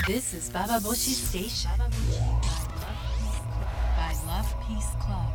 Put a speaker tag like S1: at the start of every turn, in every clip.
S1: This is Baba Boshi Station by Love Peace Club.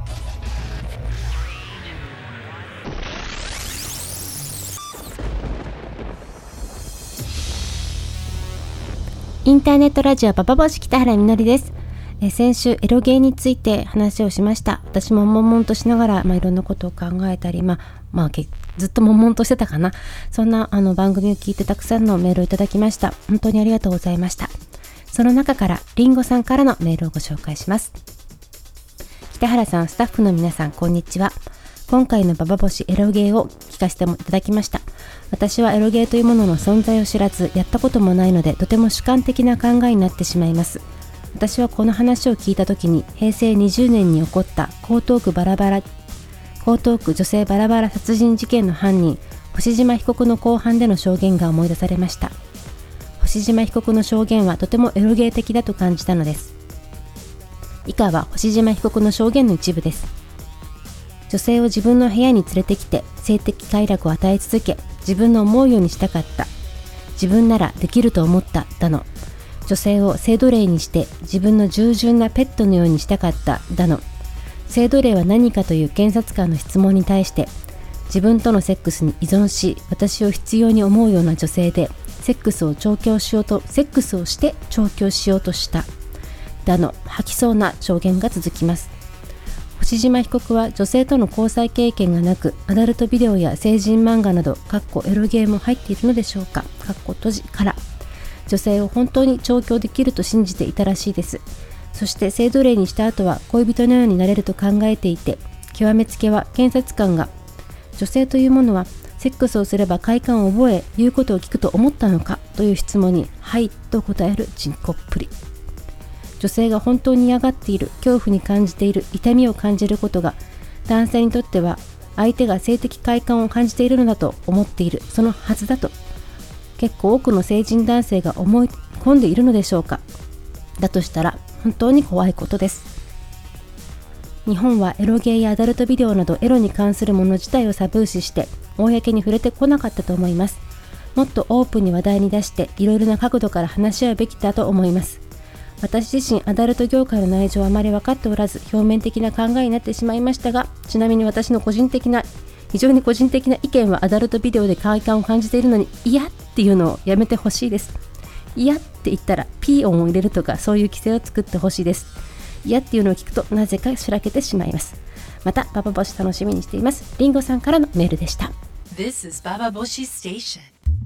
S2: インターネットラジオババボシ北原みのりです。先週エロゲーについて話をしました。私も悶々としながら、いろんなことを考えたり、ずっと悶々としてたかな。そんな番組を聞いてたくさんのメールをいただきました。本当にありがとうございました。その中からリンゴさんからのメールをご紹介します。北原さん、スタッフの皆さん、こんにちは。今回のババボシエロゲーを聞かせていただきました。私はエロゲーというものの存在を知らず、やったこともないので、とても主観的な考えになってしまいます。私はこの話を聞いたときに、平成20年に起こった江東区女性バラバラ殺人事件の犯人、星島被告の公判での証言が思い出されました。星島被告の証言はとてもエロゲー的だと感じたのです。以下は星島被告の証言の一部です。女性を自分の部屋に連れてきて性的快楽を与え続け、自分の思うようにしたかった、自分ならできると思っただの、女性を性奴隷にして自分の従順なペットのようにしたかっただの、性奴隷は何かという検察官の質問に対して、自分とのセックスに依存し私を必要に思うような女性でセックスをして調教しようとしただの吐きそうな証言が続きます。星島被告は女性との交際経験がなく、アダルトビデオや成人漫画などエロゲーも入っているのでしょうか閉じから女性を本当に調教できると信じていたらしいです。そして性奴隷にした後は恋人のようになれると考えていて、極めつけは検察官が女性というものはセックスをすれば快感を覚え言うことを聞くと思ったのかという質問にはいと答える人骨っぷり。女性が本当に嫌がっている、恐怖に感じている、痛みを感じることが男性にとっては相手が性的快感を感じているのだと思っている、そのはずだと結構多くの成人男性が思い込んでいるのでしょうか。だとしたら本当に怖いことです。日本はエロゲーやアダルトビデオなどエロに関するもの自体をタブー視して公に触れてこなかったと思います。もっとオープンに話題に出していろいろな角度から話し合うべきだと思います。私自身アダルト業界の内情はあまり分かっておらず、表面的な考えになってしまいましたが、ちなみに私の非常に個人的な意見は、アダルトビデオで快感を感じているのに嫌っていうのをやめてほしいです。嫌って言ったらピー音を入れるとか、そういう規制を作ってほしいです。嫌っていうのを聞くとなぜかしらけてしまいます。またババボシ楽しみにしています。リンゴさんからのメールでした。
S1: This is Baba Boshi Station.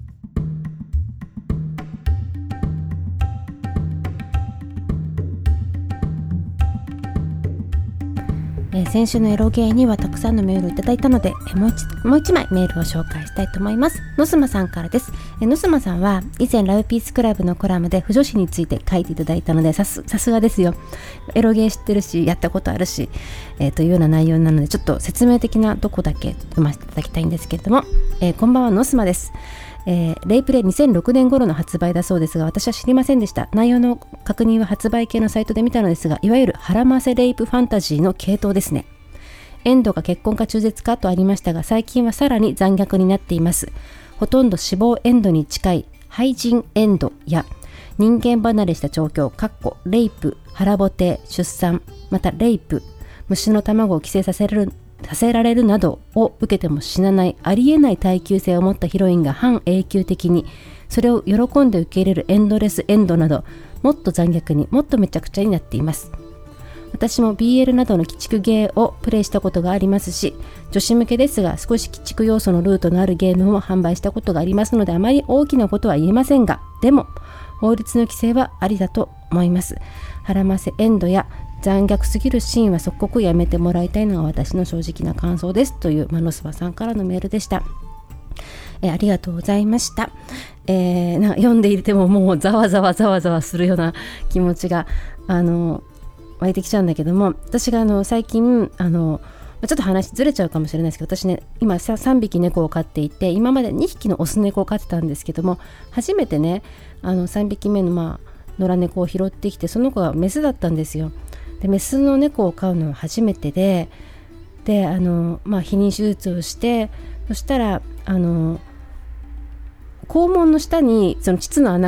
S2: 先週のエロゲーにはたくさんのメールをいただいたので、もう一枚メールを紹介したいと思います。のすまさんからです。のすまさんは以前ラブピースクラブのコラムで腐女子について書いていただいたので、さすがですよ。エロゲー知ってるしやったことあるし、というような内容なので、ちょっと説明的なとこだけ読ませていただきたいんですけれども、こんばんは、のすまです。レイプレイ2006年頃の発売だそうですが、私は知りませんでした。内容の確認は発売系のサイトで見たのですが、いわゆるハラマセレイプファンタジーの系統ですね。エンドが結婚か中絶かとありましたが、最近はさらに残虐になっています。ほとんど死亡エンドに近い廃人エンドや人間離れした状況レイプ、腹ぼて、出産、またレイプ、虫の卵を寄生させられるなどを受けても死なない、ありえない耐久性を持ったヒロインが半永久的にそれを喜んで受け入れるエンドレスエンドなど、もっと残虐にもっとめちゃくちゃになっています。私も BL などの鬼畜ゲーをプレイしたことがありますし、女子向けですが少し鬼畜要素のルートのあるゲームも販売したことがありますので、あまり大きなことは言えませんが、でも法律の規制はありだと思います。ハラマセエンドや残虐すぎるシーンは即刻やめてもらいたいのが私の正直な感想です、というノスバさんからのメールでした。ありがとうございました。読んでいてももうざわざわするような気持ちが湧いてきちゃうんだけども、私が最近ちょっと話ずれちゃうかもしれないですけど、私ね今3匹猫を飼っていて、今まで2匹のオス猫を飼ってたんですけども、初めてね3匹目の野良猫を拾ってきて、その子がメスだったんですよ。でメスの猫を飼うのは初めてで避妊手術をして、そしたら肛門の下にその膣の穴が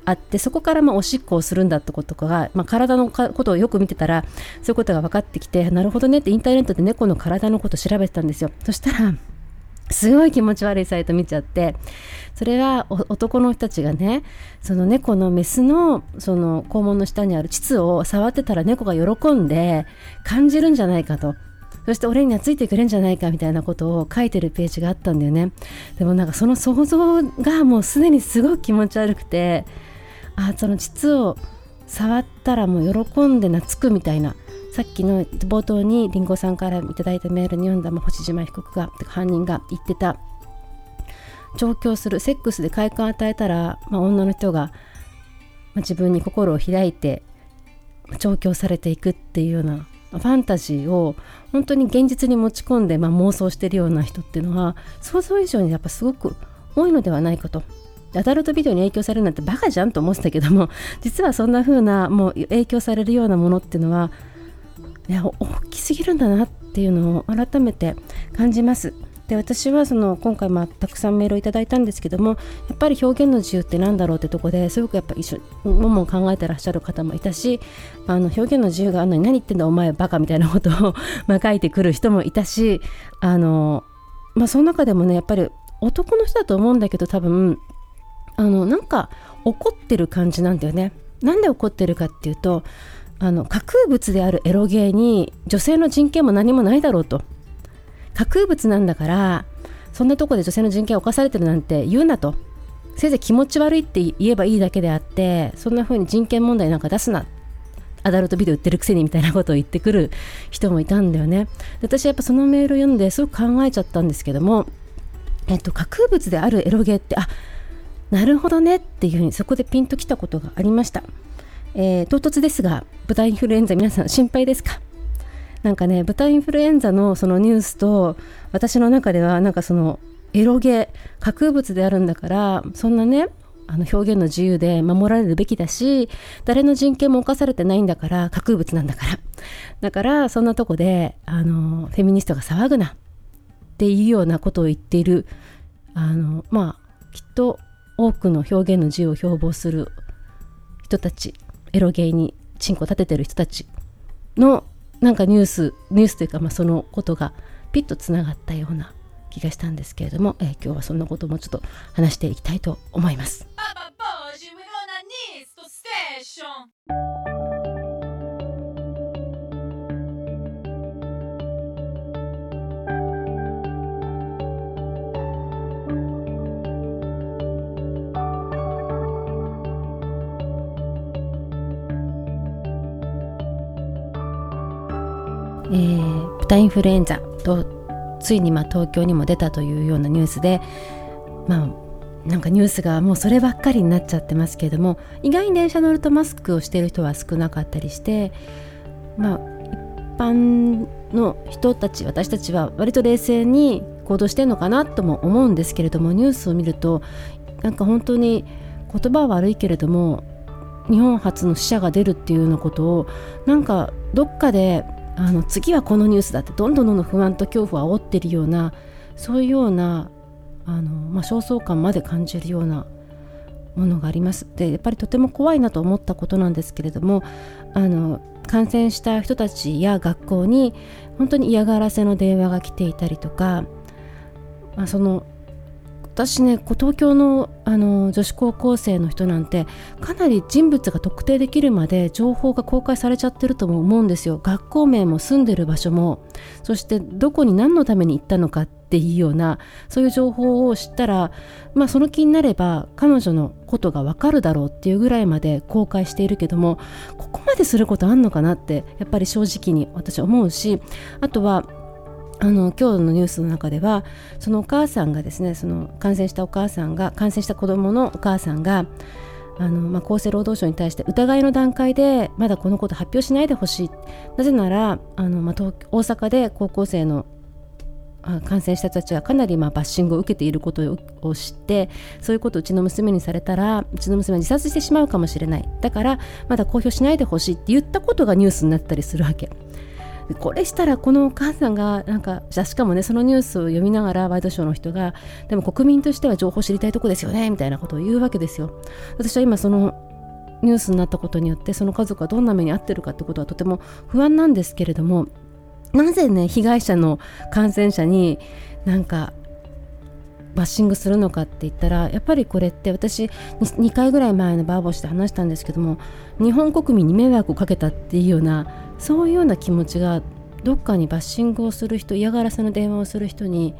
S2: あって、そこからおしっこをするんだってことが、体のことをよく見てたらそういうことが分かってきて、なるほどねってインターネットで猫の体のことを調べてたんですよ。そしたらすごい気持ち悪いサイト見ちゃって、それは男の人たちがね、その猫のメスのその肛門の下にある膣を触ってたら猫が喜んで感じるんじゃないかと、そして俺に懐いてくれんじゃないかみたいなことを書いてるページがあったんだよね。でもその想像がもうすでにすごく気持ち悪くて、その膣を触ったらもう喜んで懐くみたいな、さっきの冒頭にリンゴさんからいただいたメールに読んだ星島被告が犯人が言ってた、調教するセックスで快感を与えたら、女の人が、自分に心を開いて調教されていくっていうようなファンタジーを本当に現実に持ち込んで、妄想しているような人っていうのは想像以上にやっぱすごく多いのではないかと。アダルトビデオに影響されるなんてバカじゃんと思ってたけども、実はそんな風なもう影響されるようなものっていうのは大きすぎるんだなっていうのを改めて感じます。で、私は今回たくさんメールをいただいたんですけども、やっぱり表現の自由ってなんだろうってとこですごくやっぱ一緒も考えてらっしゃる方もいたし、表現の自由があるのに何言ってんだお前バカみたいなことを書いてくる人もいたし、その中でもね、やっぱり男の人だと思うんだけど、多分なんか怒ってる感じなんだよね。なんで怒ってるかっていうと、架空物であるエロゲーに女性の人権も何もないだろうと。架空物なんだからそんなとこで女性の人権を侵されてるなんて言うなと、せいぜい気持ち悪いって言えばいいだけであって、そんな風に人権問題なんか出すな、アダルトビデオ売ってるくせにみたいなことを言ってくる人もいたんだよね。で、私はやっぱそのメールを読んですごく考えちゃったんですけども、架空物であるエロゲーって、なるほどねっていう風にそこでピンときたことがありました。唐突ですが、豚インフルエンザ皆さん心配ですか？豚インフルエンザのそのニュースと私の中ではそのエロゲー架空物であるんだから、そんなね表現の自由で守られるべきだし、誰の人権も侵されてないんだから、架空物なんだから、だからそんなとこでフェミニストが騒ぐなっていうようなことを言っているきっと多くの表現の自由を標榜する人たち、エロゲーにチンコ立ててる人たちのニュースというか、そのことがピッとつながったような気がしたんですけれども、今日はそんなこともちょっと話していきたいと思います。豚インフルエンザとついに東京にも出たというようなニュースで、ニュースがもうそればっかりになっちゃってますけれども、意外に電車乗るとマスクをしている人は少なかったりして、一般の人たち、私たちは割と冷静に行動してるのかなとも思うんですけれども、ニュースを見ると本当に言葉は悪いけれども日本初の死者が出るっていうようなことをどっかで次はこのニュースだってどんどん不安と恐怖を煽っているような、そういうような焦燥感まで感じるようなものがあります。で、やっぱりとても怖いなと思ったことなんですけれども、感染した人たちや学校に本当に嫌がらせの電話が来ていたりとか、私ね、東京の女子高校生の人なんてかなり人物が特定できるまで情報が公開されちゃってるとも思うんですよ。学校名も住んでる場所も、そしてどこに何のために行ったのかっていうような、そういう情報を知ったら、その気になれば彼女のことが分かるだろうっていうぐらいまで公開しているけども、ここまですることあんのかなってやっぱり正直に私は思うし、あとは今日のニュースの中では、そのお母さんがですね、その感染した子供のお母さんが厚生労働省に対して疑いの段階でまだこのこと発表しないでほしい、なぜなら大阪で高校生の感染した人たちがかなりバッシングを受けていることを知って、そういうことをうちの娘にされたらうちの娘は自殺してしまうかもしれない、だからまだ公表しないでほしいって言ったことがニュースになったりするわけこれしたらこのお母さんがしかもねそのニュースを読みながらワイドショーの人がでも国民としては情報を知りたいとこですよねみたいなことを言うわけですよ。私は今そのニュースになったことによってその家族がどんな目に遭ってるかってことはとても不安なんですけれども、なぜね被害者の感染者にバッシングするのかって言ったら、やっぱりこれって私2回ぐらい前のバーボシで話したんですけども、日本国民に迷惑をかけたっていうようなそういうような気持ちがどっかにバッシングをする人、嫌がらせの電話をする人に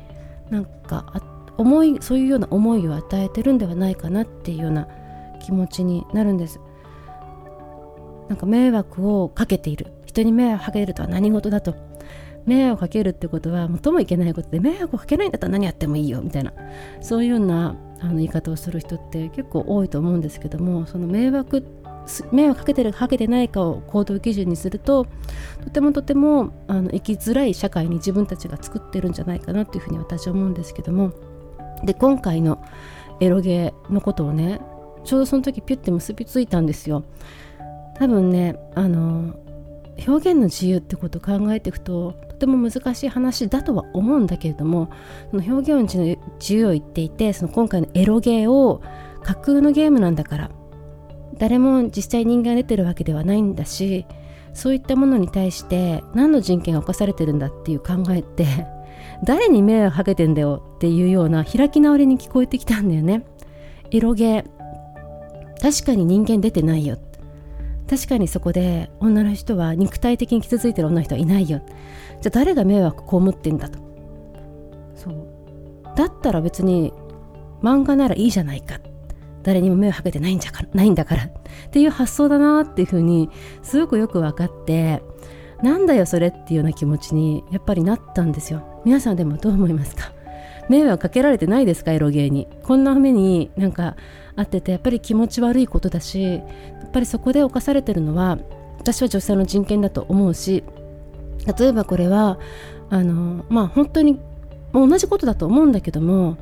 S2: そういうような思いを与えてるんではないかなっていうような気持ちになるんです。迷惑をかけている人に迷惑をかけるとは何事だと、迷惑をかけるってことは最もいけないことで、迷惑をかけないんだったら何やってもいいよみたいな、そういうような言い方をする人って結構多いと思うんですけども、その迷惑かけてるかけてないかを行動基準にするととても生きづらい社会に自分たちが作ってるんじゃないかなというふうに私は思うんですけども、で今回のエロゲーのことをねちょうどその時ピュッて結びついたんですよ。多分ね表現の自由ってことを考えていくととても難しい話だとは思うんだけれども、その表現の自由を言っていて、その今回のエロゲーを架空のゲームなんだから誰も実際人間が出てるわけではないんだし、そういったものに対して何の人権が侵されてるんだっていう考えって誰に迷惑かけてんだよっていうような開き直りに聞こえてきたんだよね。エロゲー確かに人間出てないよ、確かにそこで女の人は肉体的に傷ついてる女の人はいないよ、じゃあ誰が迷惑被ってんだと、そうだったら別に漫画ならいいじゃないか、誰にも迷惑かけてないんだからっていう発想だなっていうふうにすごくよく分かって、なんだよそれっていうような気持ちにやっぱりなったんですよ。皆さんでもどう思いますか？迷惑かけられてないですか？エロゲーにこんな目にあっててやっぱり気持ち悪いことだし、やっぱりそこで侵されてるのは私は女性の人権だと思うし、例えばこれは本当に同じことだと思うんだけども、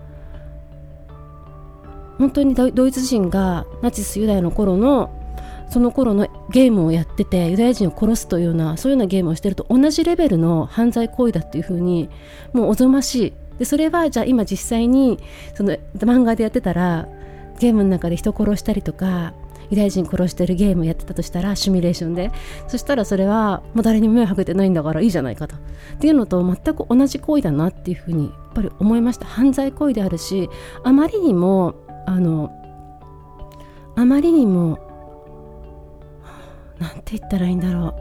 S2: 本当にドイツ人がナチスユダヤのその頃のゲームをやっててユダヤ人を殺すというようなそういうようなゲームをしてると同じレベルの犯罪行為だっていうふうにもうおぞましい。でそれはじゃあ今実際にその漫画でやってたらゲームの中で人殺したりとかユダヤ人殺してるゲームをやってたとしたらシミュレーションで、そしたらそれはもう誰にも迷惑かけてないんだからいいじゃないかとっていうのと全く同じ行為だなっていうふうにやっぱり思いました。犯罪行為であるし、あまりにもなんて言ったらいいんだろ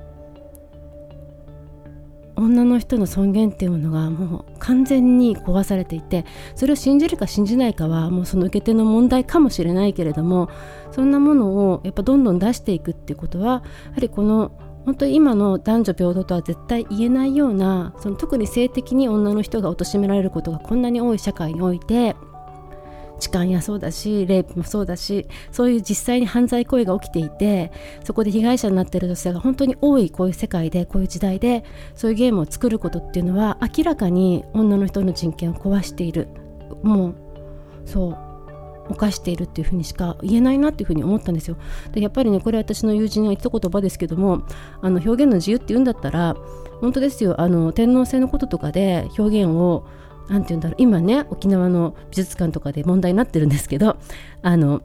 S2: う、女の人の尊厳っていうものがもう完全に壊されていて、それを信じるか信じないかはもうその受け手の問題かもしれないけれども、そんなものをやっぱどんどん出していくっていうことはやはりこの本当に今の男女平等とは絶対言えないような、その特に性的に女の人が貶められることがこんなに多い社会において、痴漢やそうだしレイプもそうだし、そういう実際に犯罪行為が起きていて、そこで被害者になっている女性が本当に多いこういう世界でこういう時代でそういうゲームを作ることっていうのは明らかに女の人の人権を壊している、もうそう犯しているっていうふうにしか言えないなっていうふうに思ったんですよ。でやっぱりね、これ私の友人が言った言葉ですけども、表現の自由って言うんだったら本当ですよ、天皇制のこととかで表現をなんて言うんだろう、今ね沖縄の美術館とかで問題になってるんですけど、天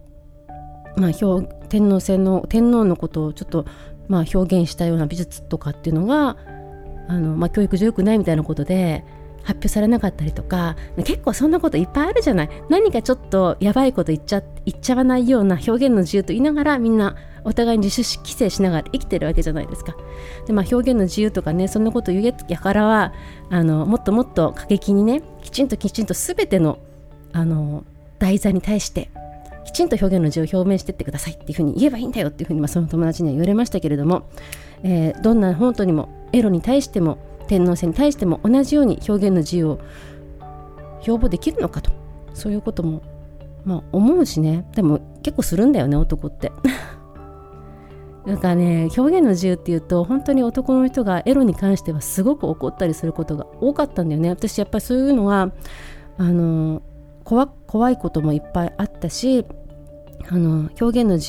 S2: 皇のことをちょっと表現したような美術とかっていうのが教育上良くないみたいなことで発表されなかったりとか、結構そんなこといっぱいあるじゃない。何かちょっとやばいこと言っちゃわないような表現の自由と言いながらみんなお互いに自主規制しながら生きてるわけじゃないですか。で、表現の自由とかね、そんなこと言うやからはもっともっと過激にね、きちんと全ての題材に対してきちんと表現の自由を表明してってくださいっていうふうに言えばいいんだよっていうふうにその友達には言われましたけれども、どんな本当にもエロに対しても天皇制に対しても同じように表現の自由を標榜できるのかと、そういうことも思うしね。でも結構するんだよね、男ってなんかね、表現の自由っていうと本当に男の人がエロに関してはすごく怒ったりすることが多かったんだよね。私やっぱりそういうのは怖いこともいっぱいあったし、表現の自由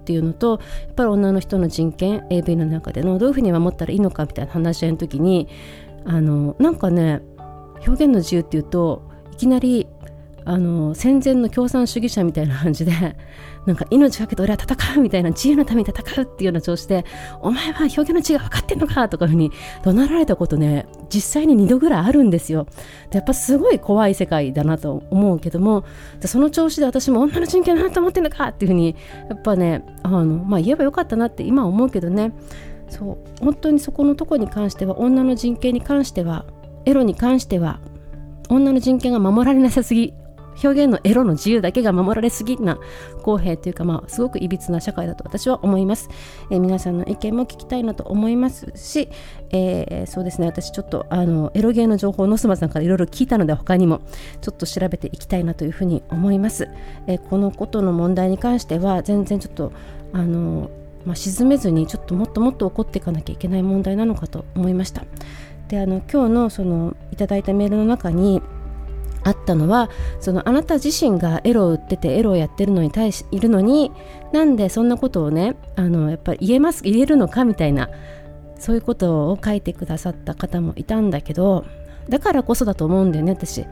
S2: っていうのと、やっぱり女の人の人権 AV の中でのどういうふうに守ったらいいのかみたいな話し合いの時になんかね、表現の自由っていうといきなり戦前の共産主義者みたいな感じで、なんか命かけて俺は戦うみたいな、自由のために戦うっていうような調子で、お前は表現の違い分かってんのかとかいうふうに怒鳴られたことね、実際に2度ぐらいあるんですよ。でやっぱすごい怖い世界だなと思うけども、その調子で私も女の人権だなと思ってんのかっていうふうにやっぱね言えばよかったなって今は思うけどね。そう本当にそこのとこに関しては、女の人権に関しては、エロに関しては女の人権が守られなさすぎ、表現のエロの自由だけが守られすぎな不公平というか、すごくいびつな社会だと私は思います。皆さんの意見も聞きたいなと思いますし、そうですね、私ちょっとエロゲーの情報をノスマさんからいろいろ聞いたので、他にもちょっと調べていきたいなというふうに思います。このことの問題に関しては全然ちょっと沈めずに、ちょっともっともっと起こっていかなきゃいけない問題なのかと思いました。で今日のそのいただいたメールの中にあったのは、あなた自身がエロを売っててエロをやってるのにいるのに、なんでそんなことをねやっぱり言えるのかみたいな、そういうことを書いてくださった方もいたんだけど、だからこそだと思うんだよね。私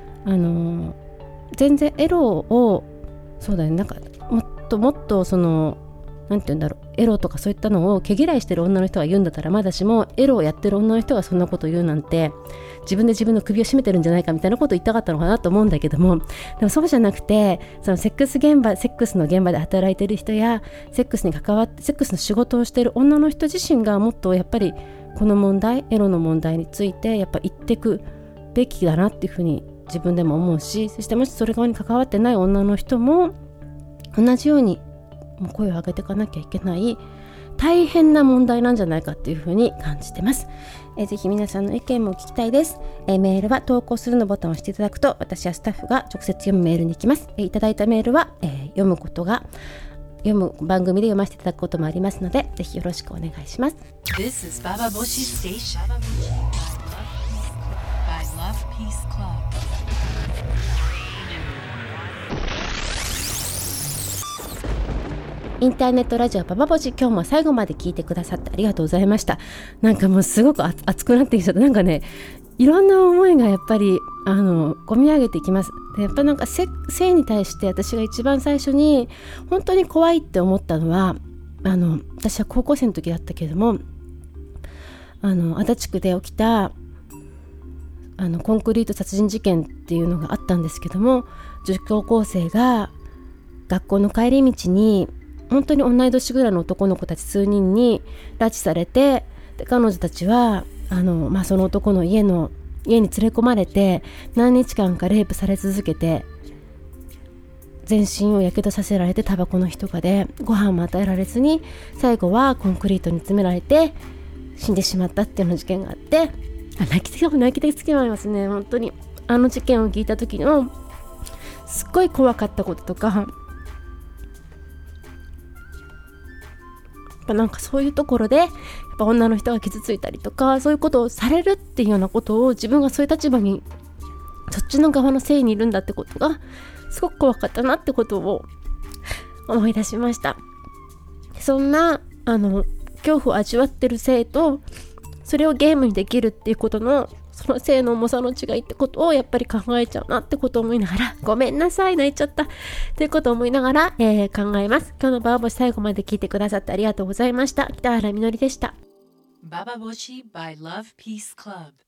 S2: 全然エロをそうだよね、なんかもっともっとなんて言うんだろう、エロとかそういったのを毛嫌いしてる女の人が言うんだったらまだしも、エロをやってる女の人がそんなことを言うなんて、自分で自分の首を絞めてるんじゃないかみたいなことを言いたかったのかなと思うんだけども、でもそうじゃなくて、セックスの現場で働いてる人やセックスに関わってセックスの仕事をしている女の人自身がもっとやっぱりこの問題、エロの問題についてやっぱ言っていくべきだなっていうふうに自分でも思うし、そしてもしそれ側に関わってない女の人も同じように声を上げていかなきゃいけない大変な問題なんじゃないかっていうふうに感じてます。ぜひ皆さんの意見も聞きたいです。メールは投稿するのボタンを押していただくと、私やスタッフが直接読むメールに行きます。いただいたメールは、読む番組で読ませていただくこともありますので、ぜひよろしくお願いします。
S1: This is Baba Boshi Station by Love Peace Club.
S2: インターネットラジオババボシ、今日も最後まで聞いてくださってありがとうございました。なんかもうすごく熱くなってきちゃった。なんかね、いろんな思いがやっぱり込み上げてきます。でやっぱなんか性に対して私が一番最初に本当に怖いって思ったのは、私は高校生の時だったけれども、足立区で起きたコンクリート殺人事件っていうのがあったんですけども、女子高校生が学校の帰り道に本当に同い年ぐらいの男の子たち数人に拉致されて、で彼女たちはその男の家に連れ込まれて何日間かレイプされ続けて、全身をやけどさせられてタバコの火とかでご飯も与えられずに、最後はコンクリートに詰められて死んでしまったっていうの事件があって、泣きてつきまいますね。本当に事件を聞いた時のすっごい怖かったこととか、なんかそういうところでやっぱ女の人が傷ついたりとか、そういうことをされるっていうようなことを、自分がそういう立場にそっちの側の性にいるんだってことがすごく怖かったなってことを思い出しました。そんな恐怖を味わってる性と、それをゲームにできるっていうことのその性の重さの違いってことをやっぱり考えちゃうなってことを思いながら、ごめんなさい泣いちゃったっていうことを思いながら、考えます。今日のババボシ最後まで聞いてくださってありがとうございました。北原みのりでした。
S1: Baba Boshi by Love Peace Club.